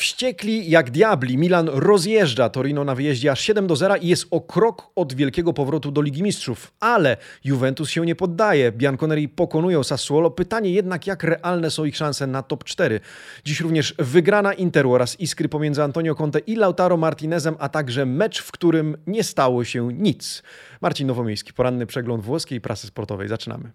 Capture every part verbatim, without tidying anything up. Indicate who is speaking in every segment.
Speaker 1: Wściekli jak diabli. Milan rozjeżdża Torino na wyjeździe aż siedem do zera i jest o krok od wielkiego powrotu do Ligi Mistrzów. Ale Juventus się nie poddaje. Bianconeri pokonują Sassuolo. Pytanie jednak, jak realne są ich szanse na top cztery. Dziś również wygrana Interu oraz iskry pomiędzy Antonio Conte i Lautaro Martinezem, a także mecz, w którym nie stało się nic. Marcin Nowomiejski, poranny przegląd włoskiej prasy sportowej. Zaczynamy.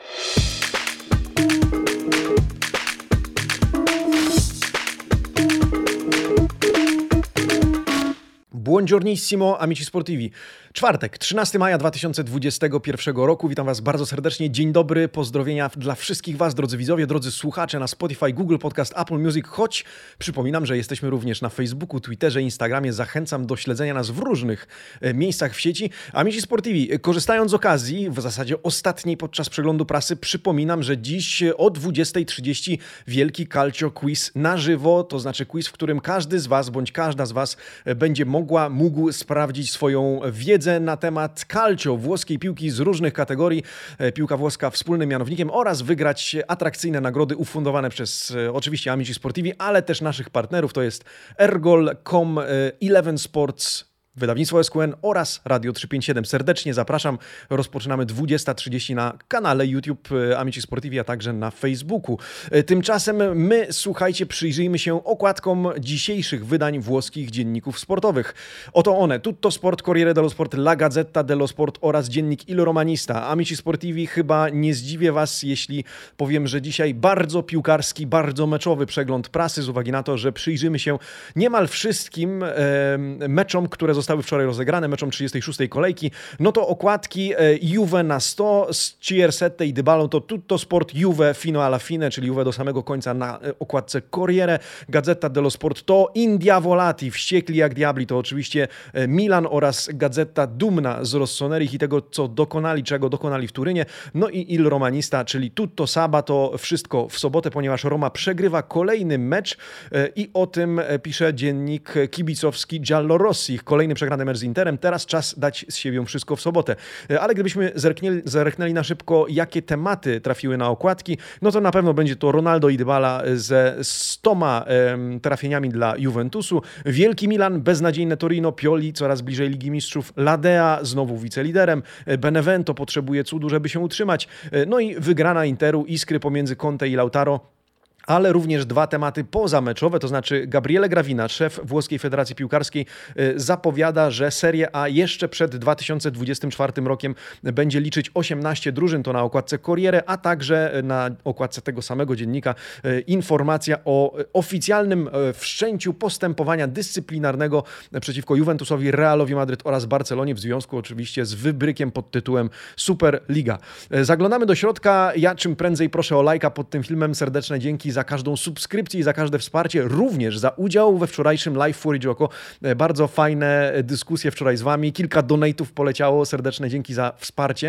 Speaker 1: Buongiornissimo, amici sportivi. Czwartek, trzynastego maja dwa tysiące dwudziestego pierwszego roku. Witam Was bardzo serdecznie. Dzień dobry, pozdrowienia dla wszystkich Was, drodzy widzowie, drodzy słuchacze na Spotify, Google Podcast, Apple Music, choć przypominam, że jesteśmy również na Facebooku, Twitterze, Instagramie. Zachęcam do śledzenia nas w różnych miejscach w sieci. Amici sportivi, korzystając z okazji, w zasadzie ostatniej podczas przeglądu prasy, przypominam, że dziś o dwudziestej trzydzieści wielki Calcio Quiz na żywo, to znaczy quiz, w którym każdy z Was, bądź każda z Was będzie mogła, mógł sprawdzić swoją wiedzę na temat calcio, włoskiej piłki z różnych kategorii, piłka włoska wspólnym mianownikiem, oraz wygrać atrakcyjne nagrody ufundowane przez oczywiście Amici Sportivi, ale też naszych partnerów, to jest ergol kropka com, Eleven Sports, wydawnictwo S Q N oraz Radio trzysta pięćdziesiąt siedem. Serdecznie zapraszam. Rozpoczynamy dwudziesta trzydzieści na kanale YouTube Amici Sportivi, a także na Facebooku. Tymczasem my, słuchajcie, przyjrzyjmy się okładkom dzisiejszych wydań włoskich dzienników sportowych. Oto one: Tutto Sport, Corriere dello Sport, La Gazzetta dello Sport oraz dziennik Il Romanista. Amici Sportivi, chyba nie zdziwię Was, jeśli powiem, że dzisiaj bardzo piłkarski, bardzo meczowy przegląd prasy, z uwagi na to, że przyjrzymy się niemal wszystkim e, meczom, które zostały zostały wczoraj rozegrane, meczom trzydziestej szóstej kolejki. No to okładki Juve na sto z Ciersette i Dybalą, to Tutto Sport, Juve fino alla fine, czyli Juve do samego końca na okładce Corriere. Gazzetta dello Sport to Indiavolati, wściekli jak diabli, to oczywiście Milan oraz Gazzetta dumna z Rossoneri i tego, co dokonali, czego dokonali w Turynie. No i Il Romanista, czyli Tutto Sabato, wszystko w sobotę, ponieważ Roma przegrywa kolejny mecz i o tym pisze dziennik kibicowski Giallorossi. Ich kolejny przegrany mecz z Interem, teraz czas dać z siebie wszystko w sobotę. Ale gdybyśmy zerknęli, zerknęli na szybko, jakie tematy trafiły na okładki, no to na pewno będzie to Ronaldo i Dybala ze stoma em, trafieniami dla Juventusu, wielki Milan, beznadziejne Torino, Pioli coraz bliżej Ligi Mistrzów, Ladea znowu wiceliderem, Benevento potrzebuje cudu, żeby się utrzymać, no i wygrana Interu, iskry pomiędzy Conte i Lautaro. Ale również dwa tematy pozameczowe, to znaczy Gabriele Gravina, szef włoskiej Federacji Piłkarskiej, zapowiada, że Serie A jeszcze przed dwa tysiące dwudziestym czwartym rokiem będzie liczyć osiemnaście drużyn, to na okładce Corriere, a także na okładce tego samego dziennika informacja o oficjalnym wszczęciu postępowania dyscyplinarnego przeciwko Juventusowi, Realowi Madryt oraz Barcelonie w związku oczywiście z wybrykiem pod tytułem Superliga. Zaglądamy do środka. Ja czym prędzej proszę o lajka pod tym filmem. Serdeczne dzięki za każdą subskrypcję i za każde wsparcie, również za udział we wczorajszym live Fuori Gioco. Bardzo fajne dyskusje wczoraj z Wami, kilka donate'ów poleciało, serdeczne dzięki za wsparcie.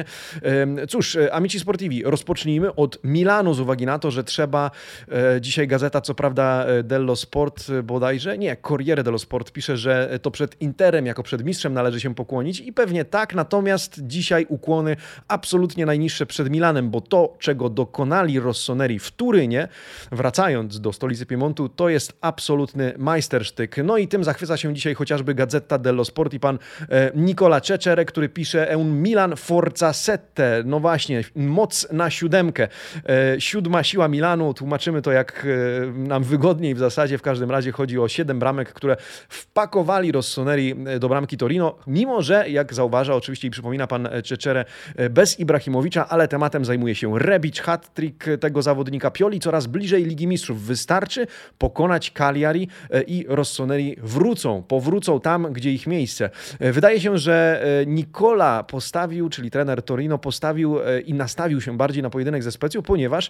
Speaker 1: Cóż, Amici Sportivi, rozpocznijmy od Milanu z uwagi na to, że trzeba, dzisiaj gazeta, co prawda dello Sport bodajże, nie, Corriere dello Sport pisze, że to przed Interem jako przed mistrzem należy się pokłonić i pewnie tak, natomiast dzisiaj ukłony absolutnie najniższe przed Milanem, bo to, czego dokonali Rossoneri w Turynie, wracając do stolicy Piemontu, to jest absolutny majstersztyk. No i tym zachwyca się dzisiaj chociażby Gazzetta dello Sport i pan e, Nicola Cecere, który pisze un Milan forza sette. No właśnie, moc na siódemkę. E, siódma siła Milanu, tłumaczymy to jak e, nam wygodniej w zasadzie. W każdym razie chodzi o siedem bramek, które wpakowali Rossoneri do bramki Torino, mimo że, jak zauważa oczywiście i przypomina pan Cecere, bez Ibrahimowicza, ale tematem zajmuje się Rebic, hat-trick tego zawodnika, Pioli coraz bliżej Ligi Mistrzów. Wystarczy pokonać Cagliari i Rossoneri wrócą, powrócą tam, gdzie ich miejsce. Wydaje się, że Nicola postawił, czyli trener Torino, postawił i nastawił się bardziej na pojedynek ze Specją, ponieważ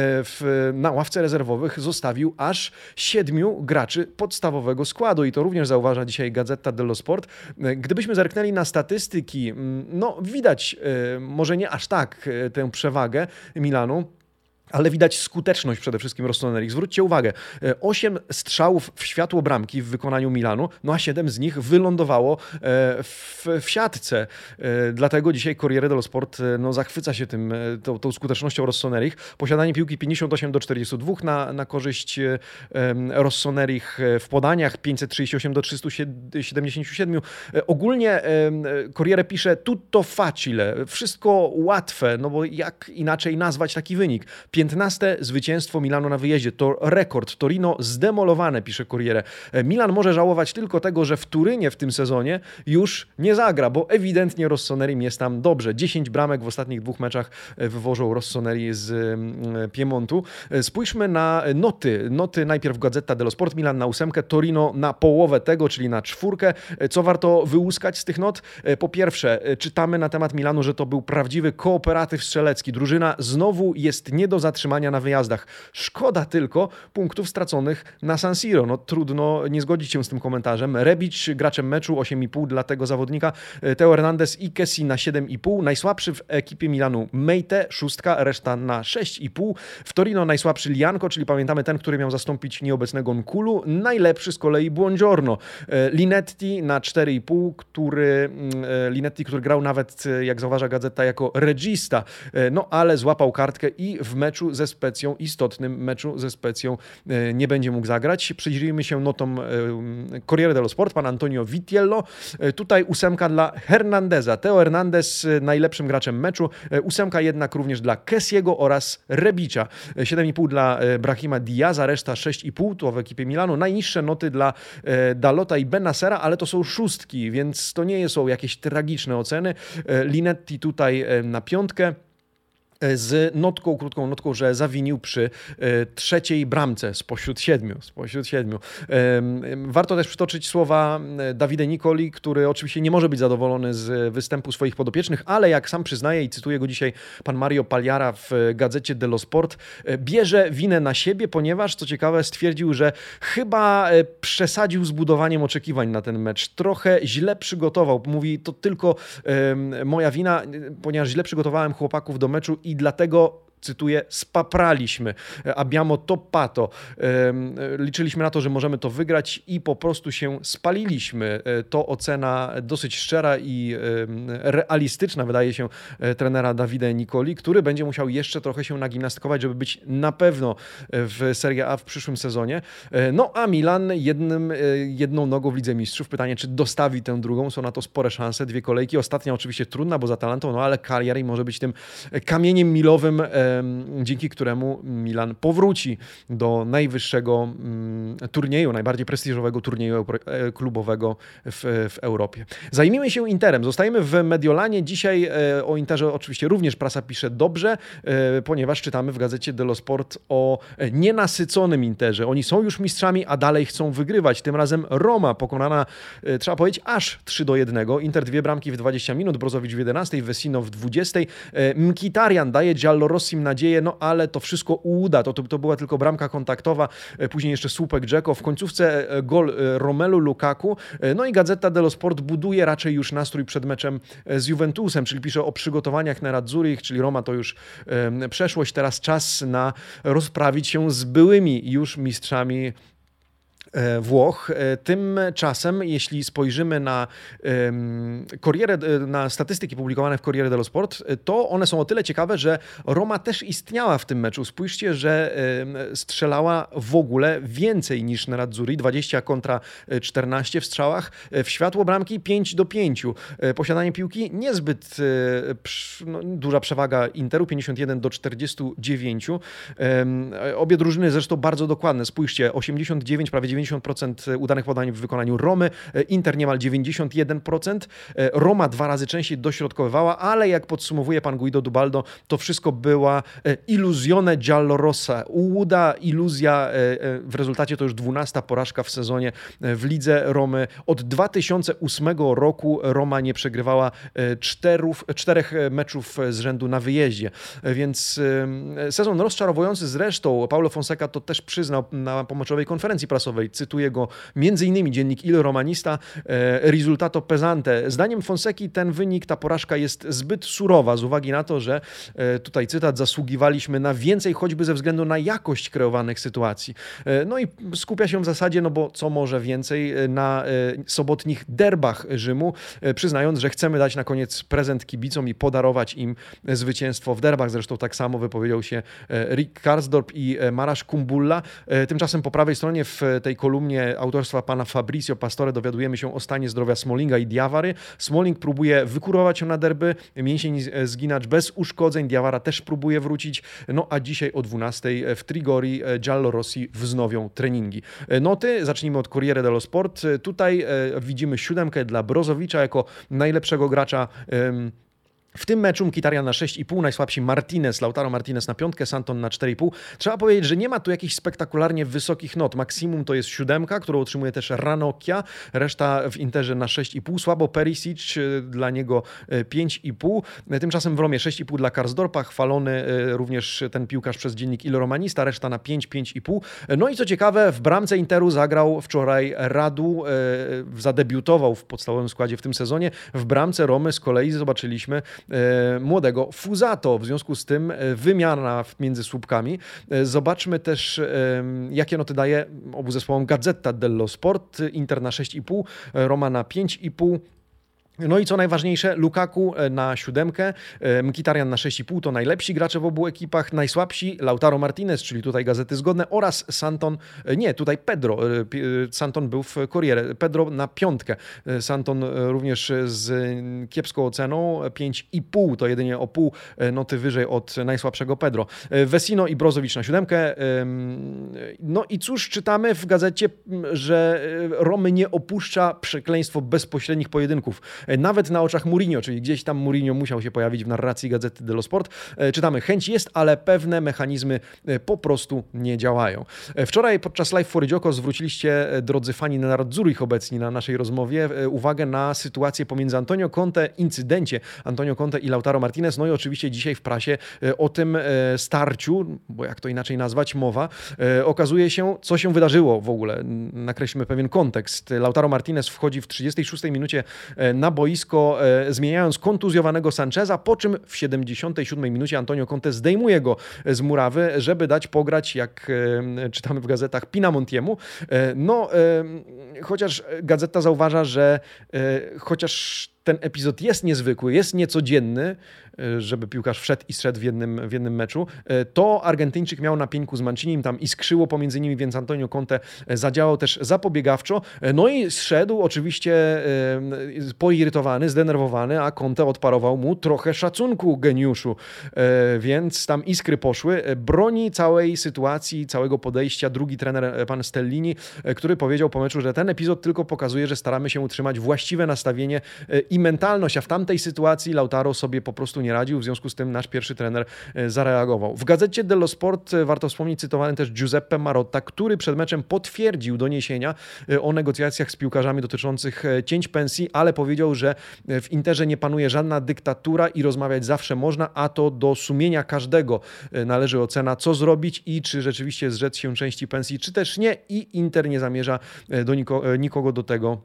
Speaker 1: w, na ławce rezerwowych zostawił aż siedmiu graczy podstawowego składu i to również zauważa dzisiaj Gazzetta dello Sport. Gdybyśmy zerknęli na statystyki, no widać może nie aż tak tę przewagę Milanu, Ale widać skuteczność przede wszystkim Rossoneri. Zwróćcie uwagę, osiem strzałów w światło bramki w wykonaniu Milanu, no a siedem z nich wylądowało w, w siatce. Dlatego dzisiaj Corriere dello Sport no, zachwyca się tym, tą, tą skutecznością Rossonerich. Posiadanie piłki pięćdziesiąt osiem do czterdziestu dwóch na, na korzyść Rossonerich w podaniach, pięćset trzydzieści osiem do trzystu siedemdziesięciu siedmiu. Ogólnie Corriere pisze tutto facile, wszystko łatwe, no bo jak inaczej nazwać taki wynik. piętnaste zwycięstwo Milanu na wyjeździe. To rekord. Torino zdemolowane, pisze Corriere. Milan może żałować tylko tego, że w Turynie w tym sezonie już nie zagra, bo ewidentnie Rossonerim jest tam dobrze. dziesięć bramek w ostatnich dwóch meczach wywożą Rossoneri z Piemontu. Spójrzmy na noty. Noty najpierw Gazzetta dello Sport. Milan na ósemkę, Torino na połowę tego, czyli na czwórkę. Co warto wyłuskać z tych not? Po pierwsze, czytamy na temat Milanu, że to był prawdziwy kooperatyw strzelecki. Drużyna znowu jest nie do zatrzymania na wyjazdach. Szkoda tylko punktów straconych na San Siro. No trudno nie zgodzić się z tym komentarzem. Rebic graczem meczu osiem i pół dla tego zawodnika. Teo Hernandez i Kessi na siedem i pół. Najsłabszy w ekipie Milanu Meite, szóstka, reszta na sześć i pół. W Torino najsłabszy Lianco, czyli pamiętamy ten, który miał zastąpić nieobecnego Nkulu. Najlepszy z kolei Buongiorno. Linetti na cztery i pół, który Linetti, który grał nawet, jak zauważa Gazeta, jako regista. No ale złapał kartkę i w meczu ze Specją, istotnym meczu ze Specją nie będzie mógł zagrać. Przyjrzyjmy się notom Corriere dello Sport, pan Antonio Vitiello. Tutaj ósemka dla Hernandeza. Teo Hernandez najlepszym graczem meczu. Ósemka jednak również dla Kessiego oraz Rebicia. siedem i pół dla Brahima Diaza, reszta sześć i pół, to w ekipie Milanu. Najniższe noty dla Dalota i Bennassera, ale to są szóstki, więc to nie są jakieś tragiczne oceny. Linetti tutaj na piątkę, z notką, krótką notką, że zawinił przy e, trzeciej bramce spośród siedmiu. Spośród siedmiu. E, warto też przytoczyć słowa Davide Nicoli, który oczywiście nie może być zadowolony z występu swoich podopiecznych, ale jak sam przyznaje i cytuję go dzisiaj pan Mario Pagliara w Gazecie dello Sport, e, bierze winę na siebie, ponieważ, co ciekawe, stwierdził, że chyba e, przesadził z budowaniem oczekiwań na ten mecz. Trochę źle przygotował. Mówi, to tylko e, moja wina, ponieważ źle przygotowałem chłopaków do meczu i dlatego, cytuję, spapraliśmy. Abbiamo toppato. Liczyliśmy na to, że możemy to wygrać i po prostu się spaliliśmy. To ocena dosyć szczera i realistyczna, wydaje się, trenera Davide Nicoli, który będzie musiał jeszcze trochę się nagimnastykować, żeby być na pewno w Serie A w przyszłym sezonie. No a Milan jednym, jedną nogą w Lidze Mistrzów. Pytanie, czy dostawi tę drugą? Są na to spore szanse. Dwie kolejki. Ostatnia oczywiście trudna, bo za Atalantą, no ale Cagliari może być tym kamieniem milowym, dzięki któremu Milan powróci do najwyższego turnieju, najbardziej prestiżowego turnieju klubowego w, w Europie. Zajmijmy się Interem. Zostajemy w Mediolanie. Dzisiaj o Interze oczywiście również prasa pisze dobrze, ponieważ czytamy w Gazecie dello Sport o nienasyconym Interze. Oni są już mistrzami, a dalej chcą wygrywać. Tym razem Roma pokonana, trzeba powiedzieć, aż trzy do jednego. Inter dwie bramki w dwadzieścia minut, Brozowicz w jedenastej, Vecino w dwudziestej. Mkhitaryan daje Giallorossim nadzieję, no ale to wszystko uda. To, to, to była tylko bramka kontaktowa, później jeszcze słupek Dzeko. W końcówce gol Romelu Lukaku. No i Gazeta dello Sport buduje raczej już nastrój przed meczem z Juventusem, czyli pisze o przygotowaniach na Nerazzurich, czyli Roma to już um, przeszłość. Teraz czas na rozprawić się z byłymi już mistrzami Włoch. Tymczasem, jeśli spojrzymy na Corriere, na statystyki publikowane w Corriere dello Sport, to one są o tyle ciekawe, że Roma też istniała w tym meczu. Spójrzcie, że strzelała w ogóle więcej niż Nerazzurri, dwadzieścia kontra czternaście w strzałach. W światło bramki pięć do pięciu. Posiadanie piłki niezbyt no, duża przewaga Interu, pięćdziesiąt jeden do czterdziestu dziewięciu. Obie drużyny zresztą bardzo dokładne. Spójrzcie, osiemdziesiąt dziewięć, prawie dziewięćdziesiąt procent udanych podań w wykonaniu Romy, Inter niemal dziewięćdziesiąt jeden procent, Roma dwa razy częściej dośrodkowywała, ale jak podsumowuje pan Guido Dubaldo, to wszystko była illusione giallorossa, ułuda, iluzja, w rezultacie to już dwunasta porażka w sezonie w lidze Romy. Od dwa tysiące ósmego roku Roma nie przegrywała czterów, czterech meczów z rzędu na wyjeździe, więc sezon rozczarowujący zresztą. Paulo Fonseca to też przyznał na pomeczowej konferencji prasowej. cytuje go między innymi dziennik Il Romanista, risultato pesante. Zdaniem Fonseki ten wynik, ta porażka jest zbyt surowa z uwagi na to, że tutaj cytat, zasługiwaliśmy na więcej choćby ze względu na jakość kreowanych sytuacji. No i skupia się w zasadzie, no bo co może więcej, na sobotnich derbach Rzymu, przyznając, że chcemy dać na koniec prezent kibicom i podarować im zwycięstwo w derbach. Zresztą tak samo wypowiedział się Rick Karsdorp i Marasz Kumbulla. Tymczasem po prawej stronie w tej kolumnie autorstwa pana Fabrizio Pastore dowiadujemy się o stanie zdrowia Smallinga i Diawary. Smalling próbuje wykurować się na derby, mięsień zginacz bez uszkodzeń, Diawara też próbuje wrócić, no a dzisiaj o dwunastej w Trigori Giallorossi wznowią treningi. Noty, zacznijmy od Corriere dello Sport. Tutaj widzimy siódemkę dla Brozowicza jako najlepszego gracza w tym meczu. Mkhitaryan na sześć i pół, najsłabsi Martinez, Lautaro Martinez na piątkę, Santon na cztery i pół. Trzeba powiedzieć, że nie ma tu jakichś spektakularnie wysokich not. Maksimum to jest siódemka, którą otrzymuje też Ranocchia, reszta w Interze na sześć i pół. Słabo Perisic, dla niego pięć i pół. Tymczasem w Romie sześć i pół dla Karsdorpa, chwalony również ten piłkarz przez dziennik Il Romanista, reszta na pięć, pięć i pół. No i co ciekawe, w bramce Interu zagrał wczoraj Radu, zadebiutował w podstawowym składzie w tym sezonie. W bramce Romy z kolei zobaczyliśmy młodego Fusato. W związku z tym wymiana między słupkami. Zobaczmy też, jakie noty daje obu zespołom Gazzetta dello Sport. Inter na sześć i pół, Roma na pięć i pół. No i co najważniejsze, Lukaku na siódemkę, Mkhitaryan na sześć i pół to najlepsi gracze w obu ekipach, najsłabsi Lautaro Martinez, czyli tutaj gazety zgodne, oraz Santon, nie, tutaj Pedro, Santon był w Corriere, Pedro na piątkę, Santon również z kiepską oceną, pięć i pół, to jedynie o pół noty wyżej od najsłabszego Pedro. Vesino i Brozovic na siódemkę. No i cóż, czytamy w gazecie, że Romy nie opuszcza przekleństwo bezpośrednich pojedynków. Nawet na oczach Mourinho, czyli gdzieś tam Mourinho musiał się pojawić w narracji Gazety dello Sport. Czytamy, chęć jest, ale pewne mechanizmy po prostu nie działają. Wczoraj podczas Live Fuori Gioco zwróciliście, drodzy fani Nerazzurich obecni na naszej rozmowie, uwagę na sytuację pomiędzy Antonio Conte, incydencie Antonio Conte i Lautaro Martinez. No i oczywiście dzisiaj w prasie o tym starciu, bo jak to inaczej nazwać, mowa. Okazuje się, co się wydarzyło w ogóle. Nakreślmy pewien kontekst. Lautaro Martinez wchodzi w trzydziestej szóstej minucie na boisko, e, zmieniając kontuzjowanego Sancheza, po czym w siedemdziesiątej siódmej minucie Antonio Conte zdejmuje go z murawy, żeby dać pograć, jak e, czytamy w gazetach, Pinamontiemu. E, no, e, chociaż gazeta zauważa, że e, chociaż ten epizod jest niezwykły, jest niecodzienny, żeby piłkarz wszedł i zszedł w jednym, w jednym meczu, to Argentyńczyk miał na pieńku z Mancinim, tam iskrzyło pomiędzy nimi, więc Antonio Conte zadziałał też zapobiegawczo. No i zszedł oczywiście poirytowany, zdenerwowany, a Conte odparował mu trochę szacunku, geniuszu. Więc tam iskry poszły. Broni całej sytuacji, całego podejścia drugi trener, pan Stellini, który powiedział po meczu, że ten epizod tylko pokazuje, że staramy się utrzymać właściwe nastawienie i mentalność, a w tamtej sytuacji Lautaro sobie po prostu nie radził, w związku z tym nasz pierwszy trener zareagował. W gazecie dello Sport warto wspomnieć cytowany też Giuseppe Marotta, który przed meczem potwierdził doniesienia o negocjacjach z piłkarzami dotyczących cięć pensji, ale powiedział, że w Interze nie panuje żadna dyktatura i rozmawiać zawsze można, a to do sumienia każdego należy ocena, co zrobić i czy rzeczywiście zrzec się części pensji, czy też nie, i Inter nie zamierza do niko- nikogo do tego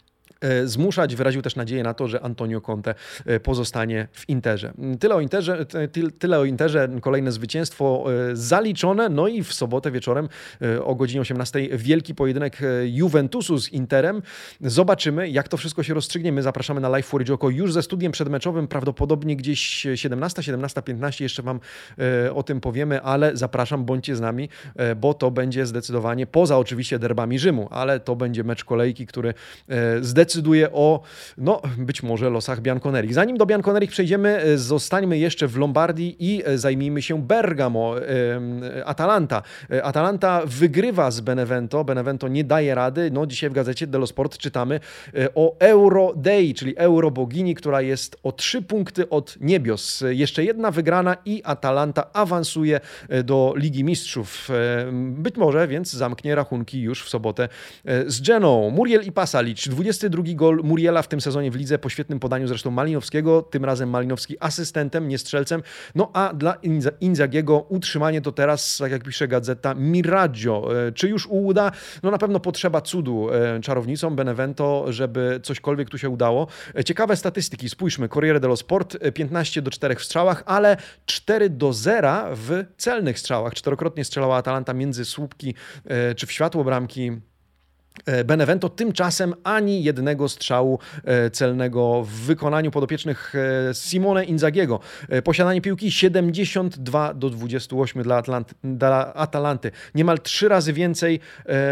Speaker 1: zmuszać. Wyraził też nadzieję na to, że Antonio Conte pozostanie w Interze. Tyle o Interze, tyle o Interze. Kolejne zwycięstwo zaliczone. No i w sobotę wieczorem o godzinie osiemnastej wielki pojedynek Juventusu z Interem. Zobaczymy, jak to wszystko się rozstrzygnie. My zapraszamy na Live Fuori Gioco już ze studiem przedmeczowym, prawdopodobnie gdzieś siedemnasta, siedemnasta piętnaście, jeszcze wam o tym powiemy, ale zapraszam, bądźcie z nami, bo to będzie zdecydowanie, poza oczywiście derbami Rzymu, ale to będzie mecz kolejki, który zdecyduje decyduje o, no, być może losach Bianconeri. Zanim do Bianconeri przejdziemy, zostańmy jeszcze w Lombardii i zajmijmy się Bergamo. Atalanta. Atalanta wygrywa z Benevento. Benevento nie daje rady. No, dzisiaj w gazecie dello Sport czytamy o Euro Day, czyli Eurobogini, która jest o trzy punkty od niebios. Jeszcze jedna wygrana i Atalanta awansuje do Ligi Mistrzów. Być może więc zamknie rachunki już w sobotę z Geną. Muriel i Pasalic, dwudziesty drugi drugi gol Muriela w tym sezonie w lidze po świetnym podaniu zresztą Malinowskiego, tym razem Malinowski asystentem, nie strzelcem. No a dla Inzagiego utrzymanie to teraz, tak jak pisze gazeta, Miraggio. Czy już uda? No na pewno potrzeba cudu czarownicom Benevento, żeby cośkolwiek tu się udało. Ciekawe statystyki, spójrzmy, Corriere dello Sport, piętnaście do czterech w strzałach, ale cztery do zera w celnych strzałach. Czterokrotnie strzelała Atalanta między słupki czy w światło bramki Benevento. Tymczasem ani jednego strzału celnego w wykonaniu podopiecznych Simone Inzagiego. Posiadanie piłki siedemdziesiąt dwa do dwudziestu ośmiu dla, Atlant- dla Atalanty. Niemal trzy razy więcej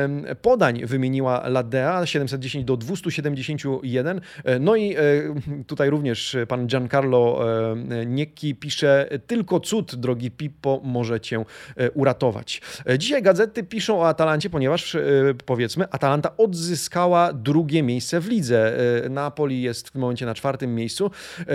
Speaker 1: podań wymieniła Ladea, siedemset dziesięć do dwustu siedemdziesięciu jeden. No i tutaj również pan Giancarlo Niecki pisze: tylko cud, drogi Pippo, może cię uratować. Dzisiaj gazety piszą o Atalancie, ponieważ powiedzmy, Atalanta odzyskała drugie miejsce w lidze. Napoli jest w tym momencie na czwartym miejscu.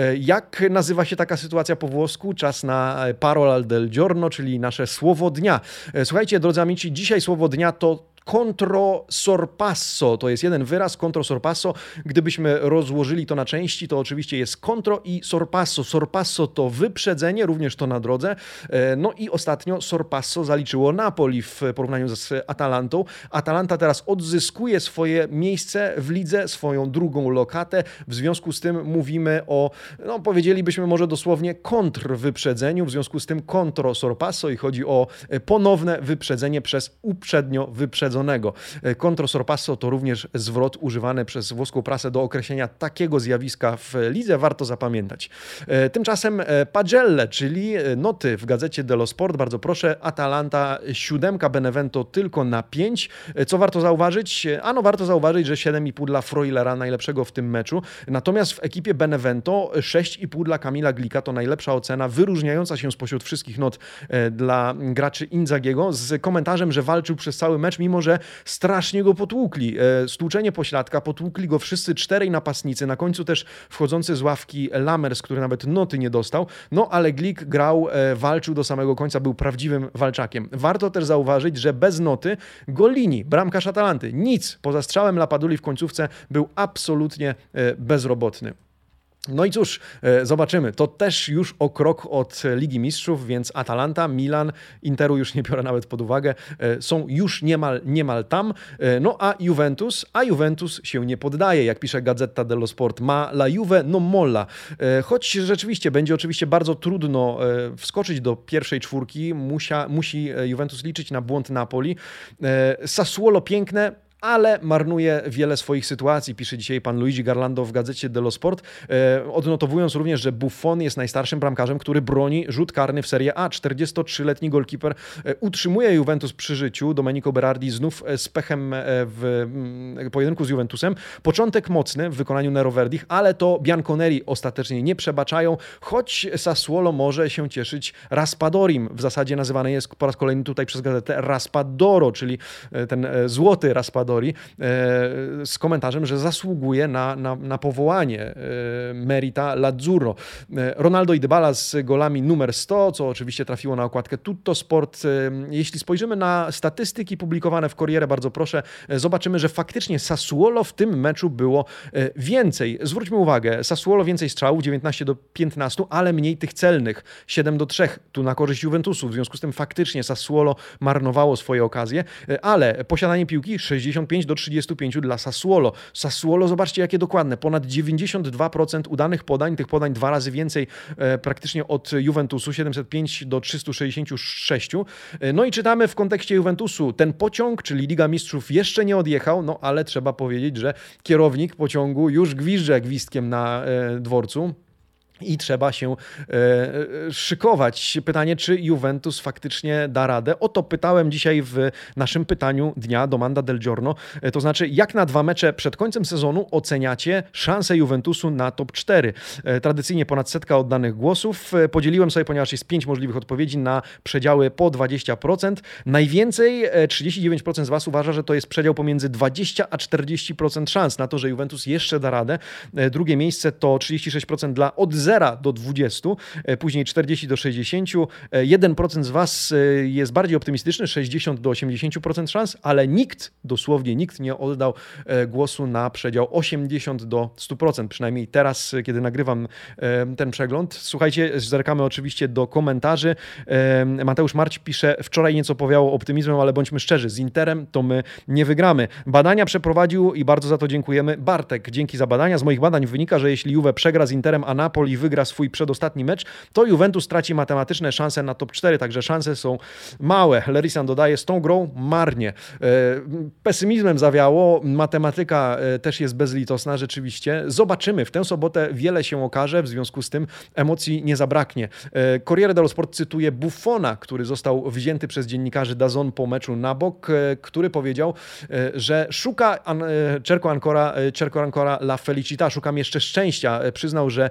Speaker 1: Jak nazywa się taka sytuacja po włosku? Czas na parola del giorno, czyli nasze słowo dnia. Słuchajcie, drodzy amici, dzisiaj słowo dnia to contro sorpasso, to jest jeden wyraz, contro sorpasso. Gdybyśmy rozłożyli to na części, to oczywiście jest contro i sorpasso. Sorpasso to wyprzedzenie, również to na drodze. No i ostatnio sorpasso zaliczyło Napoli w porównaniu z Atalantą. Atalanta teraz odzyskuje swoje miejsce w lidze, swoją drugą lokatę. W związku z tym mówimy o, no powiedzielibyśmy może dosłownie kontrwyprzedzeniu, w związku z tym contro sorpasso i chodzi o ponowne wyprzedzenie przez uprzednio wyprzedzonego. Contro sorpasso to również zwrot używany przez włoską prasę do określenia takiego zjawiska w lidze, warto zapamiętać. Tymczasem pagelle, czyli noty w gazecie dello Sport, bardzo proszę, Atalanta siódemka, Benevento tylko na pięć. Co warto zauważyć? Ano warto zauważyć, że siedem i pół dla Froilera, najlepszego w tym meczu, natomiast w ekipie Benevento sześć i pół dla Kamila Glika, to najlepsza ocena, wyróżniająca się spośród wszystkich not dla graczy Inzagiego, z komentarzem, że walczył przez cały mecz, mimo że strasznie go potłukli. Stłuczenie pośladka, potłukli go wszyscy czterej napastnicy, na końcu też wchodzący z ławki Lammers, który nawet noty nie dostał, no ale Glik grał, walczył do samego końca, był prawdziwym walczakiem. Warto też zauważyć, że bez noty Gollini, bramkarz Atalanty, nic, poza strzałem Lapaduli w końcówce, był absolutnie bezrobotny. No i cóż, zobaczymy. To też już o krok od Ligi Mistrzów, więc Atalanta, Milan, Interu już nie biorę nawet pod uwagę, są już niemal, niemal tam. No a Juventus, a Juventus się nie poddaje, jak pisze Gazzetta dello Sport. Ma la Juve non molla. Choć rzeczywiście będzie oczywiście bardzo trudno wskoczyć do pierwszej czwórki, musia, musi Juventus liczyć na błąd Napoli. Sassuolo piękne, ale marnuje wiele swoich sytuacji, pisze dzisiaj pan Luigi Garlando w gazecie dello Sport, e, odnotowując również, że Buffon jest najstarszym bramkarzem, który broni rzut karny w Serie A. czterdziestotrzyletni golkiper e, utrzymuje Juventus przy życiu. Domenico Berardi znów z pechem w m, pojedynku z Juventusem. Początek mocny w wykonaniu Nero Verdich, ale to Bianconeri ostatecznie nie przebaczają, choć Sassuolo może się cieszyć Raspadorim. W zasadzie nazywany jest po raz kolejny tutaj przez gazetę Raspadoro, czyli ten złoty Raspador, z komentarzem, że zasługuje na, na, na powołanie Merita Lazzurro. Ronaldo i Dybala z golami numer sto, co oczywiście trafiło na okładkę Tutto Sport. Jeśli spojrzymy na statystyki publikowane w Corriere, bardzo proszę, zobaczymy, że faktycznie Sassuolo w tym meczu było więcej. Zwróćmy uwagę, Sassuolo więcej strzałów, dziewiętnaście do piętnastu, ale mniej tych celnych, siedem do trzech, tu na korzyść Juventusu. W związku z tym faktycznie Sassuolo marnowało swoje okazje, ale posiadanie piłki sześćdziesiąt pięć do trzydziestu pięciu dla Sassuolo. Sassuolo, zobaczcie jakie dokładne, ponad dziewięćdziesiąt dwa procent udanych podań, tych podań dwa razy więcej e, praktycznie od Juventusu, siedemset pięć do trzystu sześćdziesięciu sześciu. E, no i czytamy w kontekście Juventusu, ten pociąg, czyli Liga Mistrzów jeszcze nie odjechał, no ale trzeba powiedzieć, że kierownik pociągu już gwizdże gwizdkiem na e, dworcu. I trzeba się e, szykować. Pytanie, czy Juventus faktycznie da radę? O to pytałem dzisiaj w naszym pytaniu dnia, Domanda del Giorno. E, to znaczy, jak na dwa mecze przed końcem sezonu oceniacie szanse Juventusu na top cztery? E, tradycyjnie ponad setka oddanych głosów. E, podzieliłem sobie, ponieważ jest pięć możliwych odpowiedzi, na przedziały po dwadzieścia procent. Najwięcej, e, trzydzieści dziewięć procent z Was uważa, że to jest przedział pomiędzy dwadzieścia a czterdzieści procent szans na to, że Juventus jeszcze da radę. E, drugie miejsce to trzydzieści sześć procent dla odzyskania zera do dwudziestu, później czterdzieści do sześćdziesięciu. jeden procent z Was jest bardziej optymistyczny, sześćdziesiąt do osiemdziesięciu procent szans, ale nikt, dosłownie nikt nie oddał głosu na przedział osiemdziesiąt do stu procent. Przynajmniej teraz, kiedy nagrywam ten przegląd. Słuchajcie, zerkamy oczywiście do komentarzy. Mateusz Marć pisze, wczoraj nieco powiało optymizmem, ale bądźmy szczerzy, z Interem to my nie wygramy. Badania przeprowadził i bardzo za to dziękujemy Bartek. Dzięki za badania. Z moich badań wynika, że jeśli Juve przegra z Interem, a Napoli wygra swój przedostatni mecz, to Juventus traci matematyczne szanse na top cztery, także szanse są małe. Lerisan dodaje, z tą grą marnie. Pesymizmem zawiało, matematyka też jest bezlitosna rzeczywiście. Zobaczymy, w tę sobotę wiele się okaże, w związku z tym emocji nie zabraknie. Corriere dello Sport cytuje Buffona, który został wzięty przez dziennikarzy D A Z N po meczu na bok, który powiedział, że szuka cerco ancora, cerco ancora la felicità, szukam jeszcze szczęścia. Przyznał, że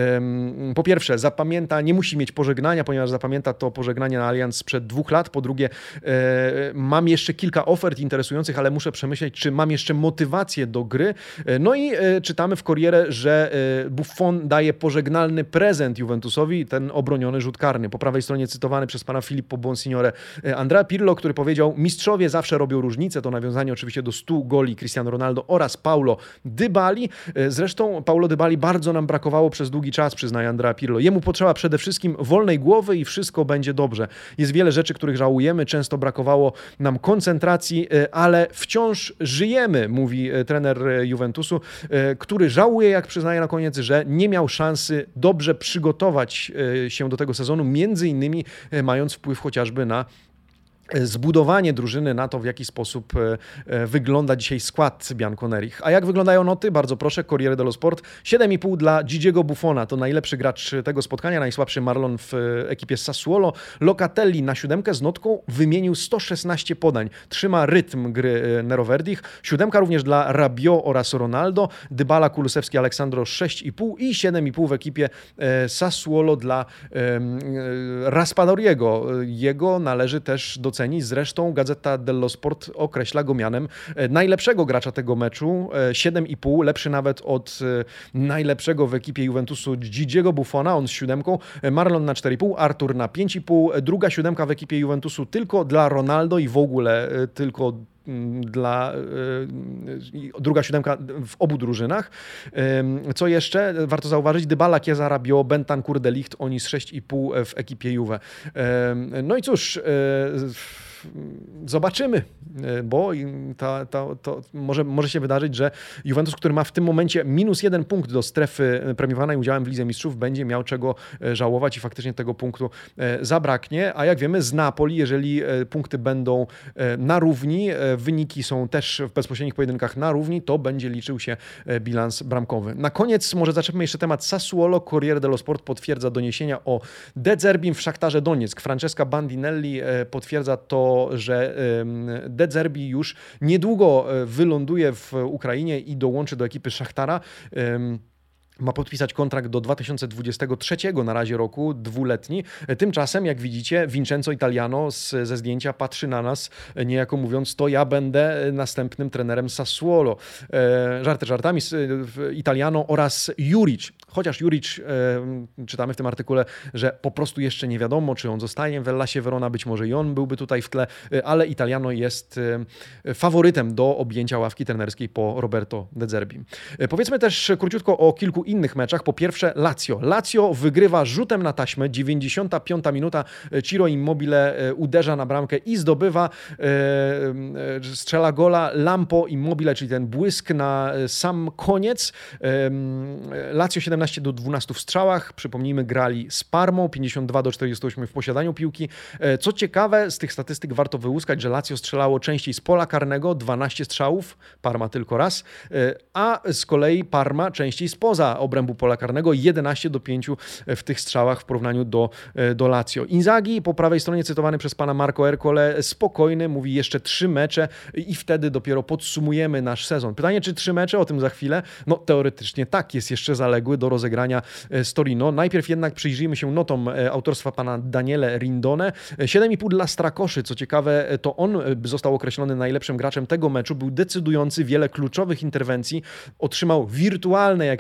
Speaker 1: um, po pierwsze zapamięta, nie musi mieć pożegnania, ponieważ zapamięta to pożegnanie na Allianz sprzed dwóch lat. Po drugie, e, mam jeszcze kilka ofert interesujących, ale muszę przemyśleć, czy mam jeszcze motywację do gry. No i e, czytamy w Corriere, że e, Buffon daje pożegnalny prezent Juventusowi, ten obroniony rzut karny. Po prawej stronie cytowany przez pana Filippo Bonsignore Andrea Pirlo, który powiedział, mistrzowie zawsze robią różnicę. To nawiązanie oczywiście do stu goli Cristiano Ronaldo oraz Paulo Dybali. Zresztą Paulo Dybali bardzo nam brakowało przez długi czas, przyznaje Andrea Pirlo. Jemu potrzeba przede wszystkim wolnej głowy i wszystko będzie dobrze. Jest wiele rzeczy, których żałujemy, często brakowało nam koncentracji, ale wciąż żyjemy, mówi trener Juventusu, który żałuje, jak przyznaje na koniec, że nie miał szansy dobrze przygotować się do tego sezonu, między innymi mając wpływ chociażby na zbudowanie drużyny, na to, w jaki sposób wygląda dzisiaj skład Bianconerich. A jak wyglądają noty? Bardzo proszę, Corriere dello Sport. siedem i pół dla Gigiego Buffona, to najlepszy gracz tego spotkania, najsłabszy Marlon w ekipie Sassuolo. Locatelli na siódemkę z notką wymienił sto szesnaście podań. Trzyma rytm gry Neroverdich. Siódemka również dla Rabiot oraz Ronaldo. Dybala, Kulusewski, Aleksandro sześć i pół i siedem i pół w ekipie Sassuolo dla Raspadoriego. Jego należy też docenić. Zresztą Gazzetta dello Sport określa go mianem najlepszego gracza tego meczu. siedem i pół, lepszy nawet od najlepszego w ekipie Juventusu Gigiego Buffona, on z siódemką. Marlon na cztery i pół, Artur na pięć i pół. Druga siódemka w ekipie Juventusu tylko dla Ronaldo i w ogóle tylko dla druga siódemka w obu drużynach. Co jeszcze? Warto zauważyć, Dybala, Chiesa, Rabiot, Bentancur, De Ligt, oni z sześć i pół w ekipie Juve. No i cóż, zobaczymy, bo ta, ta, to może, może się wydarzyć, że Juventus, który ma w tym momencie minus jeden punkt do strefy premiowanej udziałem w Lidze Mistrzów, będzie miał czego żałować i faktycznie tego punktu zabraknie. A jak wiemy, z Napoli, jeżeli punkty będą na równi, wyniki są też w bezpośrednich pojedynkach na równi, to będzie liczył się bilans bramkowy. Na koniec może zaczepmy jeszcze temat Sassuolo. Corriere dello Sport potwierdza doniesienia o De Zerbim w Szachtarze Donieck. Francesca Bandinelli potwierdza to, że De Zerbi już niedługo wyląduje w Ukrainie i dołączy do ekipy Szachtara. Ma podpisać kontrakt do dwa tysiące dwudziestego trzeciego na razie roku, dwuletni. Tymczasem, jak widzicie, Vincenzo Italiano z, ze zdjęcia patrzy na nas, niejako mówiąc, to ja będę następnym trenerem Sassuolo. E, żarty żartami, Italiano oraz Juric. Chociaż Juric, e, czytamy w tym artykule, że po prostu jeszcze nie wiadomo, czy on zostaje w Hellasie Verona, być może i on byłby tutaj w tle, ale Italiano jest e, faworytem do objęcia ławki trenerskiej po Roberto De Zerbim. E, powiedzmy też króciutko o kilku innych meczach. Po pierwsze Lazio. Lazio wygrywa rzutem na taśmę. dziewięćdziesiąta piąta minuta. Ciro Immobile uderza na bramkę i zdobywa. Strzela gola Lampo Immobile, czyli ten błysk na sam koniec. Lazio siedemnaście do dwunastu w strzałach. Przypomnijmy, grali z Parmą. pięćdziesiąt dwa do czterdziestu ośmiu w posiadaniu piłki. Co ciekawe, z tych statystyk warto wyłuskać, że Lazio strzelało częściej z pola karnego, dwanaście strzałów, Parma tylko raz, a z kolei Parma częściej spoza obrębu pola karnego, jedenaście do pięciu w tych strzałach w porównaniu do, do Lazio. Inzaghi po prawej stronie cytowany przez pana Marco Ercole, spokojny, mówi jeszcze trzy mecze i wtedy dopiero podsumujemy nasz sezon. Pytanie, czy trzy mecze? O tym za chwilę. No teoretycznie tak, jest jeszcze zaległy do rozegrania z Torino. Najpierw jednak przyjrzyjmy się notom autorstwa pana Daniele Rindone. siedem i pół dla Strakoszy. Co ciekawe, to on został określony najlepszym graczem tego meczu. Był decydujący, wiele kluczowych interwencji. Otrzymał wirtualne, jak pisze pan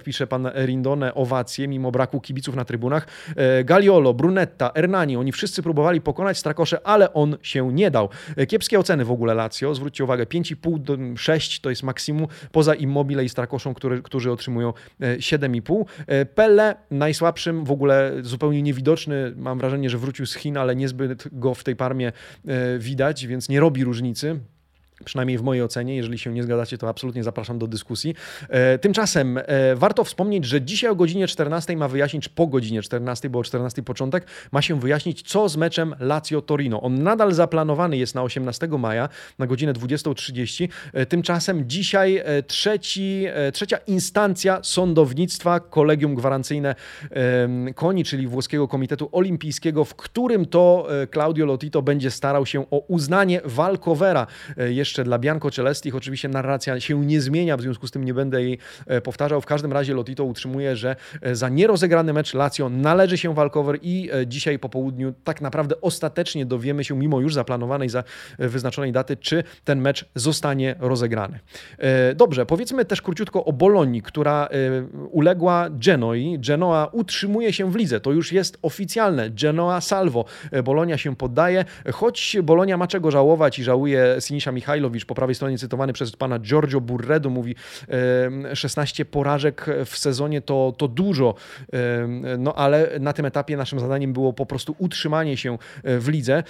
Speaker 1: Stefan Rindone owacje mimo braku kibiców na trybunach. Gagliolo, Brunetta, Hernani, oni wszyscy próbowali pokonać Strakoszę, ale on się nie dał. Kiepskie oceny w ogóle Lazio, zwróćcie uwagę, pięć i pół do sześć to jest maksimum, poza Immobile i Strakoszą, który, którzy otrzymują siedem i pół. Pelle najsłabszym, w ogóle zupełnie niewidoczny, mam wrażenie, że wrócił z Chin, ale niezbyt go w tej Parmie widać, więc nie robi różnicy. Przynajmniej w mojej ocenie, jeżeli się nie zgadzacie, to absolutnie zapraszam do dyskusji. E, tymczasem e, warto wspomnieć, że dzisiaj o godzinie czternastej ma wyjaśnić, czy po godzinie czternastej, bo o czternastej początek, ma się wyjaśnić, co z meczem Lazio-Torino. On nadal zaplanowany jest na osiemnastego maja, na godzinę dwudziestą trzydzieści. E, tymczasem dzisiaj e, trzeci, e, trzecia instancja sądownictwa, kolegium gwarancyjne e, KONI, czyli Włoskiego Komitetu Olimpijskiego, w którym to e, Claudio Lotito będzie starał się o uznanie walkowera e, jeszcze dla Bianco Celestich. Oczywiście narracja się nie zmienia, w związku z tym nie będę jej powtarzał. W każdym razie Lotito utrzymuje, że za nierozegrany mecz Lazio należy się walkover i dzisiaj po południu tak naprawdę ostatecznie dowiemy się, mimo już zaplanowanej, za wyznaczonej daty, czy ten mecz zostanie rozegrany. Dobrze, powiedzmy też króciutko o Bolonii, która uległa Genoi. Genoa utrzymuje się w lidze. To już jest oficjalne. Genoa salvo. Bolonia się poddaje, choć Bolonia ma czego żałować i żałuje Sinisza Michajlowicz, po prawej stronie cytowany przez pana Giorgio Burredo, mówi szesnaście porażek w sezonie to, to dużo, no ale na tym etapie naszym zadaniem było po prostu utrzymanie się w lidze,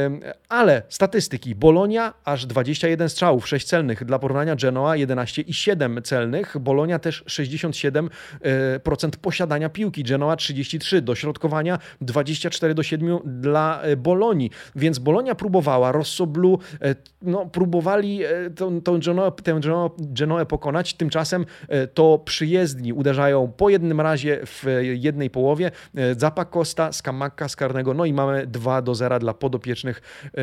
Speaker 1: ale statystyki. Bolonia aż dwadzieścia jeden strzałów, sześć celnych, dla porównania Genoa jedenaście i siedem celnych, Bolonia też sześćdziesiąt siedem procent posiadania piłki, Genoa trzydzieści trzy, dośrodkowania dwadzieścia cztery do siedmiu dla Bolonii, więc Bolonia próbowała, Rosso Blu no, próbowali tą, tą Genoę, tę Genoę pokonać, tymczasem to przyjezdni uderzają po jednym razie w jednej połowie, Zappa Costa, Scamacca z karnego, no i mamy dwa do zera dla podopiecznych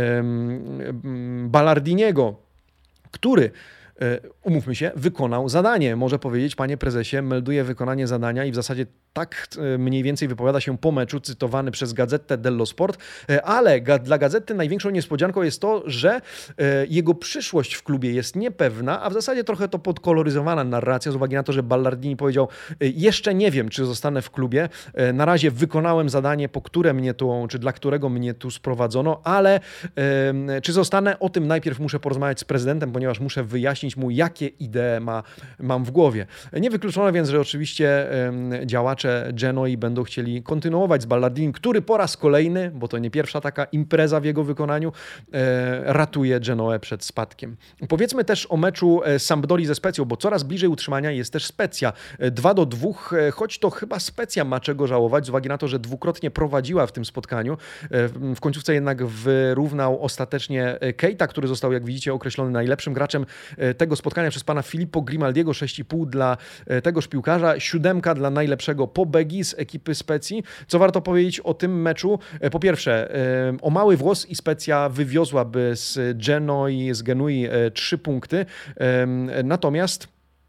Speaker 1: um, Ballardiniego, który, umówmy się, wykonał zadanie. Może powiedzieć, panie prezesie, melduje wykonanie zadania i w zasadzie tak mniej więcej wypowiada się po meczu, cytowany przez Gazzetta dello Sport, ale dla Gazety największą niespodzianką jest to, że jego przyszłość w klubie jest niepewna, a w zasadzie trochę to podkoloryzowana narracja z uwagi na to, że Ballardini powiedział, jeszcze nie wiem, czy zostanę w klubie, na razie wykonałem zadanie, po które mnie tu, czy dla którego mnie tu sprowadzono, ale czy zostanę, o tym najpierw muszę porozmawiać z prezydentem, ponieważ muszę wyjaśnić mu, jakie idee ma, mam w głowie. Niewykluczone więc, że oczywiście działacze Genoi będą chcieli kontynuować z Ballardinim, który po raz kolejny, bo to nie pierwsza taka impreza w jego wykonaniu, ratuje Genoę przed spadkiem. Powiedzmy też o meczu Sampdori ze Specją, bo coraz bliżej utrzymania jest też Specja. dwa do dwóch, choć to chyba Specja ma czego żałować z uwagi na to, że dwukrotnie prowadziła w tym spotkaniu. W końcówce jednak wyrównał ostatecznie Keita, który został, jak widzicie, określony najlepszym graczem tego spotkania przez pana Filippo Grimaldiego, sześć i pół dla tegoż piłkarza, siódemka dla najlepszego Pobegi z ekipy Specji. Co warto powiedzieć o tym meczu? Po pierwsze, o mały włos i Specja wywiozłaby z Genoi, z Genui trzy punkty. Natomiast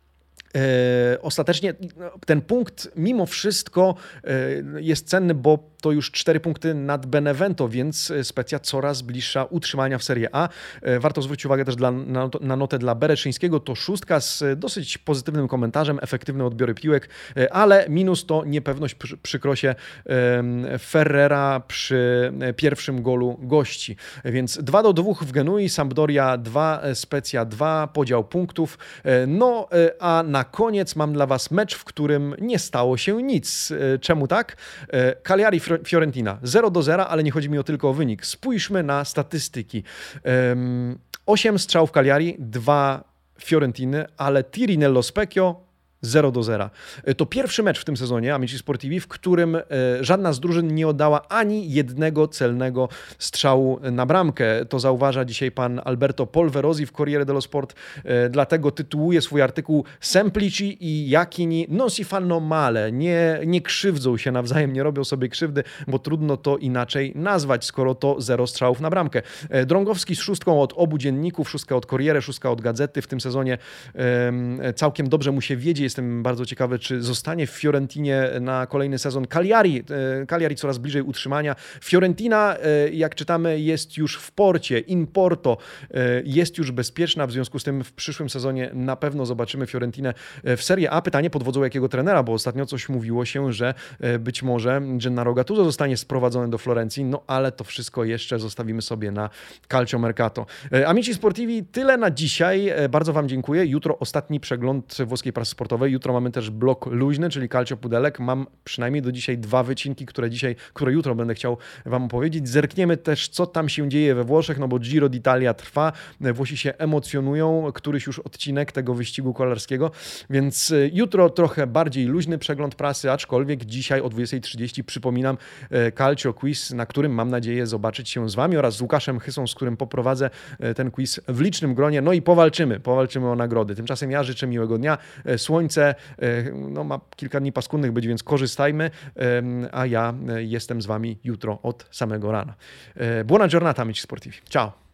Speaker 1: ostatecznie ten punkt mimo wszystko jest cenny, bo to już cztery punkty nad Benevento, więc Specja coraz bliższa utrzymania w Serie A. Warto zwrócić uwagę też dla, na, na notę dla Bereszyńskiego. To szóstka z dosyć pozytywnym komentarzem, efektywne odbiory piłek, ale minus to niepewność przy, przy krosie Ferrera przy pierwszym golu gości. Więc dwa do dwóch w Genui, Sampdoria dwa, Specja dwa, podział punktów. No a na koniec mam dla was mecz, w którym nie stało się nic. Czemu tak? Cagliari Fiorentina zero do zera, ale nie chodzi mi o tylko o wynik. Spójrzmy na statystyki. osiem strzałów Cagliari, dwa Fiorentiny, ale tiri nello specchio zero do zera. To pierwszy mecz w tym sezonie Amici Sportivi, w którym żadna z drużyn nie oddała ani jednego celnego strzału na bramkę. To zauważa dzisiaj pan Alberto Polverosi w Corriere dello Sport, dlatego tytułuje swój artykuł Semplici i Iachini non si fanno male. Nie, nie krzywdzą się nawzajem, nie robią sobie krzywdy, bo trudno to inaczej nazwać, skoro to zero strzałów na bramkę. Drągowski z szóstką od obu dzienników, szóstka od Corriere, szóstka od Gazety w tym sezonie całkiem dobrze mu się wiedzie, jest Jestem bardzo ciekawy, czy zostanie w Fiorentinie na kolejny sezon. Cagliari, Cagliari coraz bliżej utrzymania. Fiorentina, jak czytamy, jest już w porcie, in Porto, jest już bezpieczna, w związku z tym w przyszłym sezonie na pewno zobaczymy Fiorentinę w Serie A. Pytanie pod wodzą jakiego trenera, bo ostatnio coś mówiło się, że być może Gennaro Gattuso zostanie sprowadzony do Florencji, no ale to wszystko jeszcze zostawimy sobie na Calcio Mercato. Amici Sportivi, tyle na dzisiaj. Bardzo Wam dziękuję. Jutro ostatni przegląd włoskiej prasy sportowej. Jutro mamy też blok luźny, czyli Calcio Pudelek. Mam przynajmniej do dzisiaj dwa wycinki, które dzisiaj, które jutro będę chciał Wam opowiedzieć. Zerkniemy też, co tam się dzieje we Włoszech, no bo Giro d'Italia trwa. Włosi się emocjonują. Któryś już odcinek tego wyścigu kolarskiego, więc jutro trochę bardziej luźny przegląd prasy, aczkolwiek dzisiaj o dwudziestej trzydzieści przypominam Calcio Quiz, na którym mam nadzieję zobaczyć się z Wami oraz z Łukaszem Chysą, z którym poprowadzę ten quiz w licznym gronie. No i powalczymy, powalczymy o nagrody. Tymczasem ja życzę miłego dnia. Słońce no, ma kilka dni paskudnych być, więc korzystajmy, a ja jestem z Wami jutro od samego rana. Buona giornata, amici sportivi. Ciao!